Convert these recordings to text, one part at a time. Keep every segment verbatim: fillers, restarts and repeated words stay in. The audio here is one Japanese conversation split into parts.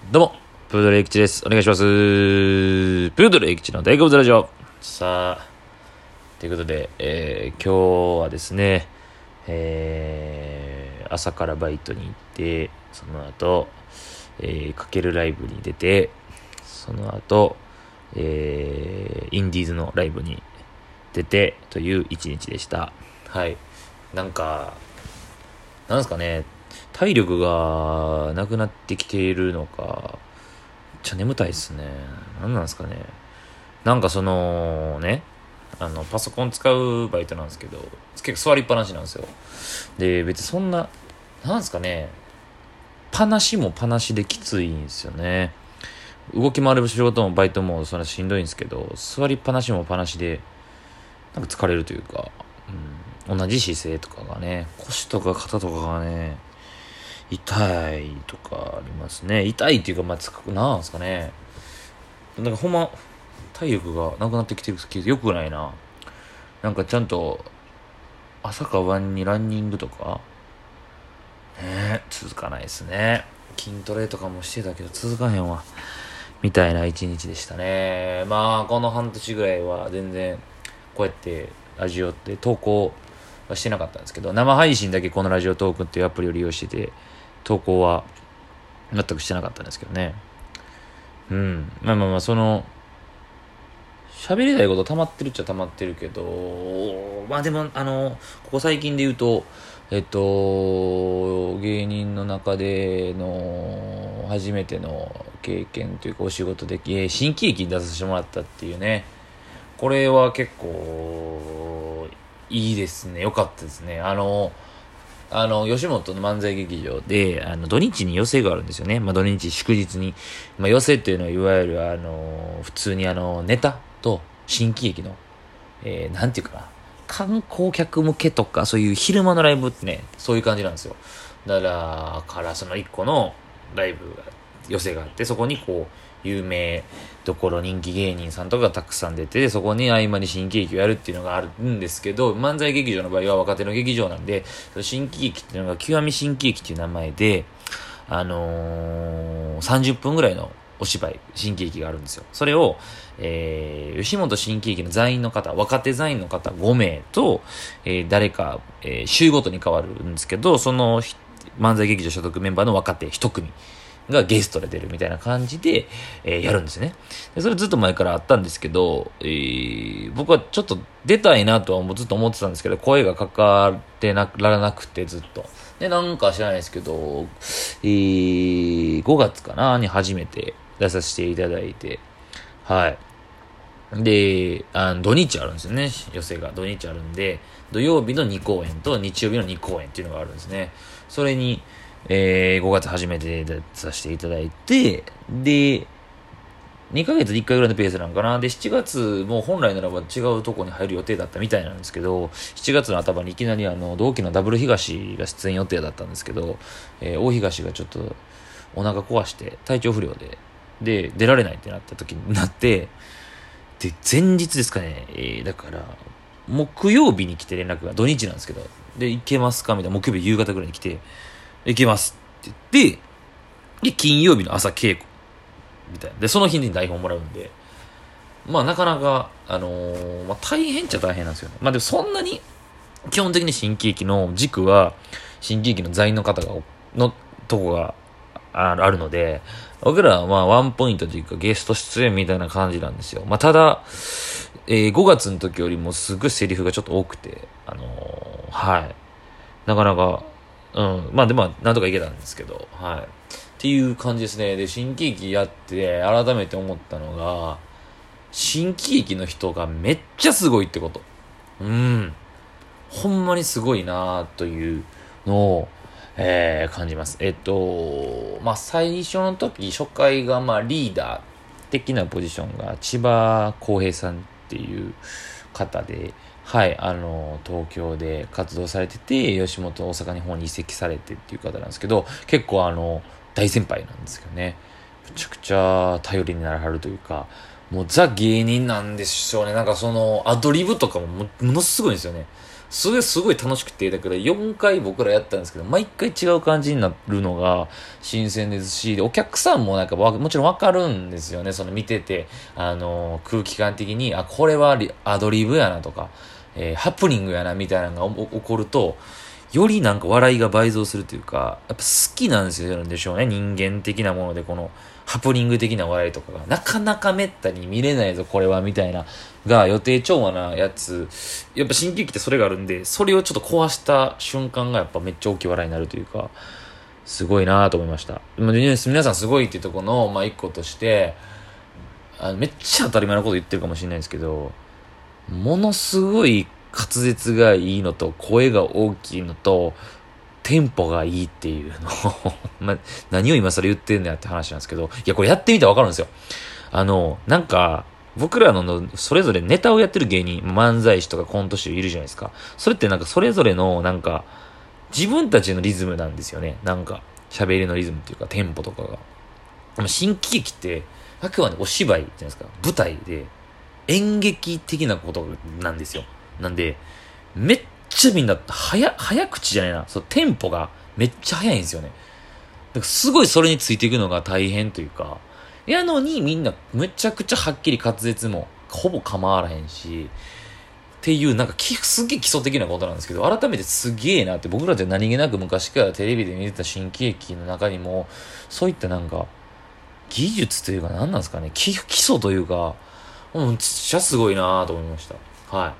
どうも、プードルエキチです。お願いします。プードルエキチの大好物ラジオ。さあ、ということで、えー、今日はですね、えー、朝からバイトに行って、その後、えー、かけるライブに出て、その後、えー、インディーズのライブに出てという一日でした。はい。なんか、なんですかね、体力がなくなってきているのか、めっちゃ眠たいっすね。なんなんですかね。なんかそのね、あのパソコン使うバイトなんですけど、結構座りっぱなしなんですよ。で、別にそんな、なんですかね、パなしもパなしできついんですよね。動き回る仕事もバイトもそんなしんどいんですけど、座りっぱなしもパなしで、なんか疲れるというか、うん、同じ姿勢とかがね、腰とか肩とかがね、痛いとかありますね。痛いっていうか、まあ、つく、なんですかね。なんかほんま、体力がなくなってきてるけど、よくないな。なんかちゃんと、朝か晩にランニングとか、ね、続かないですね。筋トレとかもしてたけど、続かへんわ。みたいな一日でしたね。まあ、この半年ぐらいは全然、こうやってラジオって投稿はしてなかったんですけど、生配信だけこのラジオトークっていうアプリを利用してて、投稿は全くしてなかったんですけどね。うん。まあまあまあ、その、喋りたいこと溜まってるっちゃ溜まってるけど、まあでも、あの、ここ最近で言うと、えっと、芸人の中での初めての経験というかお仕事で、えー新喜劇に出させてもらったっていうね。これは結構、いいですね。良かったですね。あの、あの、吉本の漫才劇場で、あの、土日に寄席があるんですよね。まあ、土日祝日に。まあ、寄席っていうのは、いわゆる、あの、普通にあの、ネタと新喜劇の、えー、なんていうかな。観光客向けとか、そういう昼間のライブってね、そういう感じなんですよ。だから、からその一個のライブが、寄席があって、そこにこう、有名どころ人気芸人さんとかがたくさん出て、そこに合間に新喜劇をやるっていうのがあるんですけど、漫才劇場の場合は若手の劇場なんで、新喜劇っていうのが極み新喜劇っていう名前で、あのー、さんじゅっぷんぐらいのお芝居、新喜劇があるんですよ。それを、えー、吉本新喜劇の座員の方、若手座員の方ごめいと、えー、誰か、えー、週ごとに変わるんですけど、その漫才劇場所属メンバーの若手ひと組がゲストで出るみたいな感じで、えー、やるんですね。でそれずっと前からあったんですけど、えー、僕はちょっと出たいなとはずっと思ってたんですけど、声がかからならなくてずっと。で、なんか知らないですけど、えー、ごがつかなに初めて出させていただいて、はい。で、あの土日あるんですよね、寄席が。土日あるんで、土曜日のに公演と日曜日のに公演っていうのがあるんですね。それに、えー、ごがつ初めて出させていただいて、で、にかげつにいっかいぐらいのペースなんかな。で、しちがつも本来ならば違うとこに入る予定だったみたいなんですけど、しちがつの頭にいきなりあの、同期のダブル東が出演予定だったんですけど、えー、大東がちょっとお腹壊して体調不良で、で、出られないってなった時になって、で、前日ですかね、えー、だから、木曜日に来て連絡が、土日なんですけど、で、行けますかみたいな、木曜日夕方ぐらいに来て、行けますって言って、で、金曜日の朝稽古、みたいな。で、その日に台本もらうんで、まあ、なかなか、あのー、まあ、大変っちゃ大変なんですよね。まあ、でもそんなに、基本的に新喜劇の軸は、新喜劇の座員の方が、のとこがあるので、僕らはまあワンポイントというかゲスト出演みたいな感じなんですよ。まあただ、えー、ごがつの時よりもすごいセリフがちょっと多くて、あのー、はい。なかなか、うん、まあでもなんとかいけたんですけど、はい。っていう感じですね。で、新喜劇やって改めて思ったのが、新喜劇の人がめっちゃすごいってこと。うん。ほんまにすごいなというのを、えー、感じます。えっと、まあ、最初の時、初回が、まあ、リーダー的なポジションが千葉公平さんっていう方で、はい、あの、東京で活動されてて、吉本大阪の方に移籍されてっていう方なんですけど、結構あの、大先輩なんですけどね。めちゃくちゃ頼りにならはるというか、もうザ芸人なんでしょうね。なんかその、アドリブとかもも、ものすごいんですよね。 それすごい楽しくて、だからよんかい僕らやったんですけど、毎回違う感じになるのが新鮮ですし、でお客さんもなんかわもちろんわかるんですよね。その見てて、あのー空気感的に、あ、これはリアドリブやなとか、えーハプニングやなみたいなのがお起こると、よりなんか笑いが倍増するというか、やっぱ好きなんですよ、なんでしょうね。人間的なもので、このハプニング的な笑いとかが、なかなかめったに見れないぞ、これは、みたいな、が予定調和なやつ、やっぱ新喜劇ってそれがあるんで、それをちょっと壊した瞬間がやっぱめっちゃ大きい笑いになるというか、すごいなと思いました。まあ皆さんすごいっていうところの、まあ一個として、あのめっちゃ当たり前のこと言ってるかもしれないですけど、ものすごい滑舌がいいのと、声が大きいのと、テンポがいいっていうのをまあ、何を今更言ってんのやって話なんですけど、いや、これやってみたらわかるんですよ。あの、なんか、僕らのそれぞれネタをやってる芸人、漫才師とかコント師いるじゃないですか。それってなんかそれぞれのなんか、自分たちのリズムなんですよね。なんか、喋りのリズムっていうか、テンポとかが。でも新喜劇って、あくまでお芝居じゃないですか。舞台で、演劇的なことなんですよ。なんで、めっちゃみんな、早、早口じゃないな。そう、テンポがめっちゃ早いんですよね。だからすごいそれについていくのが大変というか、やのにみんなめちゃくちゃはっきり滑舌もほぼ構わらへんし、っていうなんかすげえ基礎的なことなんですけど、改めてすげえなって、僕らって何気なく昔からテレビで見てた新喜劇の中にも、そういったなんか、技術というか何なんですかね、基礎というか、うん、めっちゃすごいなと思いました。はい。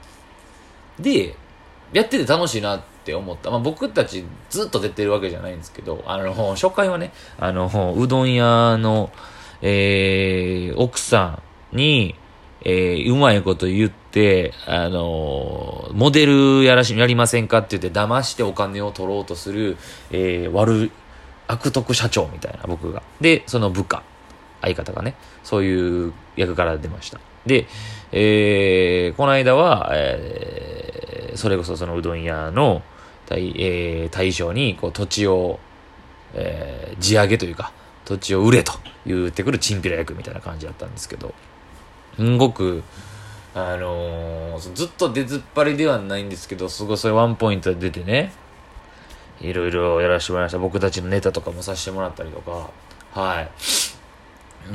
で、やってて楽しいなって思った。まあ僕たちずっと出てるわけじゃないんですけど、あの、初回はね、あの、うどん屋の、えー、奥さんに、えー、うまいこと言って、あのー、モデルやらし、やりませんかって言って騙してお金を取ろうとする、えー、悪い、悪徳社長みたいな僕が。で、その部下、相方がね、そういう役から出ました。で、えー、この間は、えー、それこそそのうどん屋の大、えー、大将にこう土地を、えー、地上げというか、土地を売れと言ってくるチンピラ役みたいな感じだったんですけど、すごく、あのー、ずっと出ずっぱりではないんですけど、すごいそれワンポイントで出てね、いろいろやらせてもらいました。僕たちのネタとかもさせてもらったりとか、はい。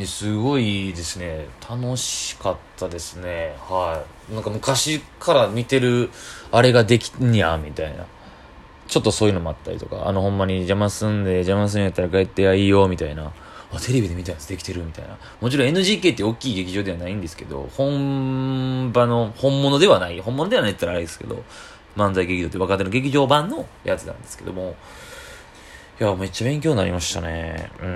すごいですね。楽しかったですね。はい。なんか昔から見てる、あれができんや、みたいな。ちょっとそういうのもあったりとか、あのほんまに邪魔すんで、邪魔すんやったら帰ってやいいよ、みたいな。あ、テレビで見たやつできてる、みたいな。もちろん エヌジーケー って大きい劇場ではないんですけど、本場の、本物ではない、本物ではないって言ったらあれですけど、漫才劇場って若手の劇場版のやつなんですけども、いや、めっちゃ勉強になりましたね。うん。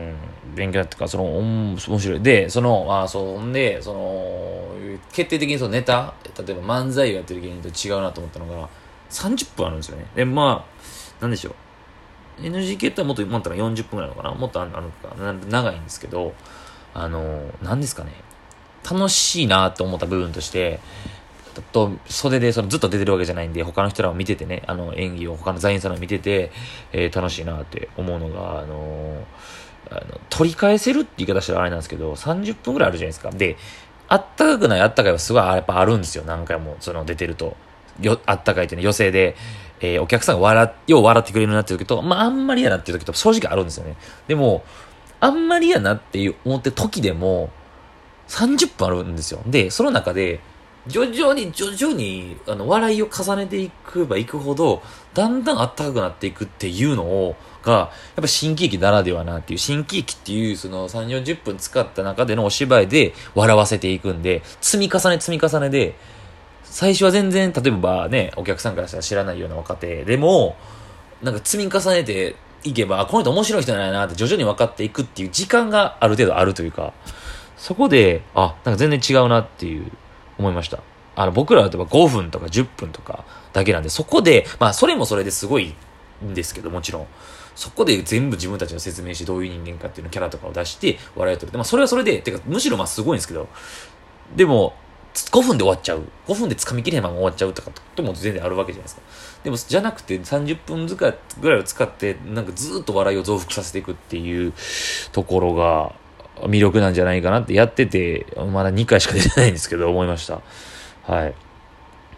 勉強っていうか、その、面白い。で、その、あ、そう、んで、その、決定的にそのネタ、例えば漫才をやってる芸人と違うなと思ったのが、さんじゅっぷんあるんですよね。で、まあ、なんでしょう。エヌジーケー ってもっと、もっとよんじゅっぷんぐらいなのかなもっとあるのかな、長いんですけど、あの、なんですかね。楽しいなと思った部分として、と袖でそのずっと出てるわけじゃないんで、他の人らを見ててね、あの演技を他の座員さんを見てて、えー、楽しいなって思うのが、あのー、あの取り返せるって言い方したらあれなんですけど、さんじゅっぷんぐらいあるじゃないですか。で、あったかくないあったかいはすごいやっぱあるんですよ。何回もその出てると。よあったかいっていうのは余生で、えー、お客さんが笑よう笑ってくれるなっていう時と、まああんまりやなっていう時と正直あるんですよね。でも、あんまりやなっていう思ってる時でも、さんじゅっぷんあるんですよ。で、その中で、徐々に徐々にあの笑いを重ねていくばいくほどだんだんあったかくなっていくっていうのをがやっぱ新喜劇ならではなっていう、新喜劇っていうそのさんじゅうよんじゅっぷん使った中でのお芝居で笑わせていくんで、積み重ね積み重ねで最初は全然例えばねお客さんからしたら知らないような若手でもなんか積み重ねていけばこの人面白い人なんやなって徐々に分かっていくっていう時間がある程度あるというか、そこであなんか全然違うなっていう思いました。あの、僕らは例えばごふんとかじゅっぷんとかだけなんで、そこで、まあ、それもそれですごいんですけど、もちろん。そこで全部自分たちの説明してどういう人間かっていうのキャラとかを出して笑いを取る。まあ、それはそれで、てか、むしろまあすごいんですけど、でも、ごふんで終わっちゃう。ごふんで掴みきれへんまま終わっちゃうとかとも全然あるわけじゃないですか。でも、じゃなくてさんじゅっぷんぐらいを使って、なんかずっと笑いを増幅させていくっていうところが、魅力なんじゃないかなってやってて、まだにかいしか出てないんですけど、思いました。はい。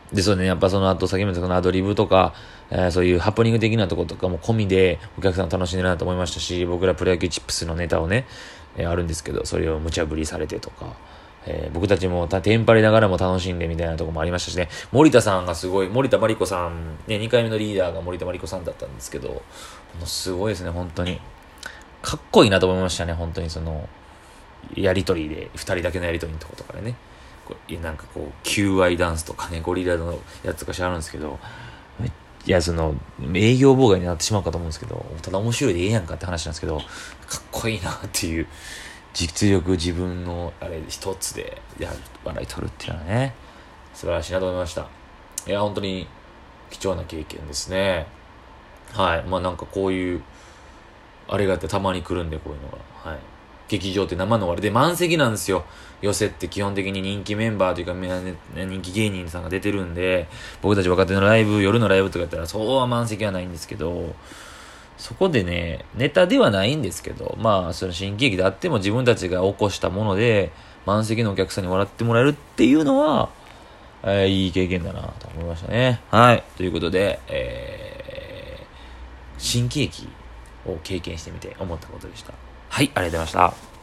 で、そうね、やっぱその後、先ほどのアドリブとか、えー、そういうハプニング的なところとかも込みで、お客さん楽しんでるなと思いましたし、僕らプロ野球チップスのネタをね、えー、あるんですけど、それを無茶ぶりされてとか、えー、僕たちもテンパりながらも楽しんでみたいなところもありましたしね、森田さんがすごい、森田真理子さん、ね、にかいめのリーダーが森田真理子さんだったんですけど、もうすごいですね、本当に。かっこいいなと思いましたね、本当にその、やりとりで、二人だけのやりとりのとことかでね。なんかこう求愛ダンスとかね、ゴリラのやつとか知らんですけど、いやその営業妨害になってしまうかと思うんですけど、ただ面白いでええやんかって話なんですけど、かっこいいなっていう、実力自分のあれ一つでやる笑い取るっていうのはね、素晴らしいなと思いました。いや本当に貴重な経験ですね。はい。まあなんかこういうあれがあってたまに来るんで、こういうのが、はい、劇場って生のあれで満席なんですよ。寄せって基本的に人気メンバーというか、人気芸人さんが出てるんで、僕たち若手のライブ、夜のライブとかやったらそうは満席はないんですけど、そこでね、ネタではないんですけど、まあその新喜劇であっても自分たちが起こしたもので満席のお客さんに笑ってもらえるっていうのは、えー、いい経験だなと思いましたね。はい。ということで、えー、新喜劇を経験してみて思ったことでした。はい、ありがとうございました。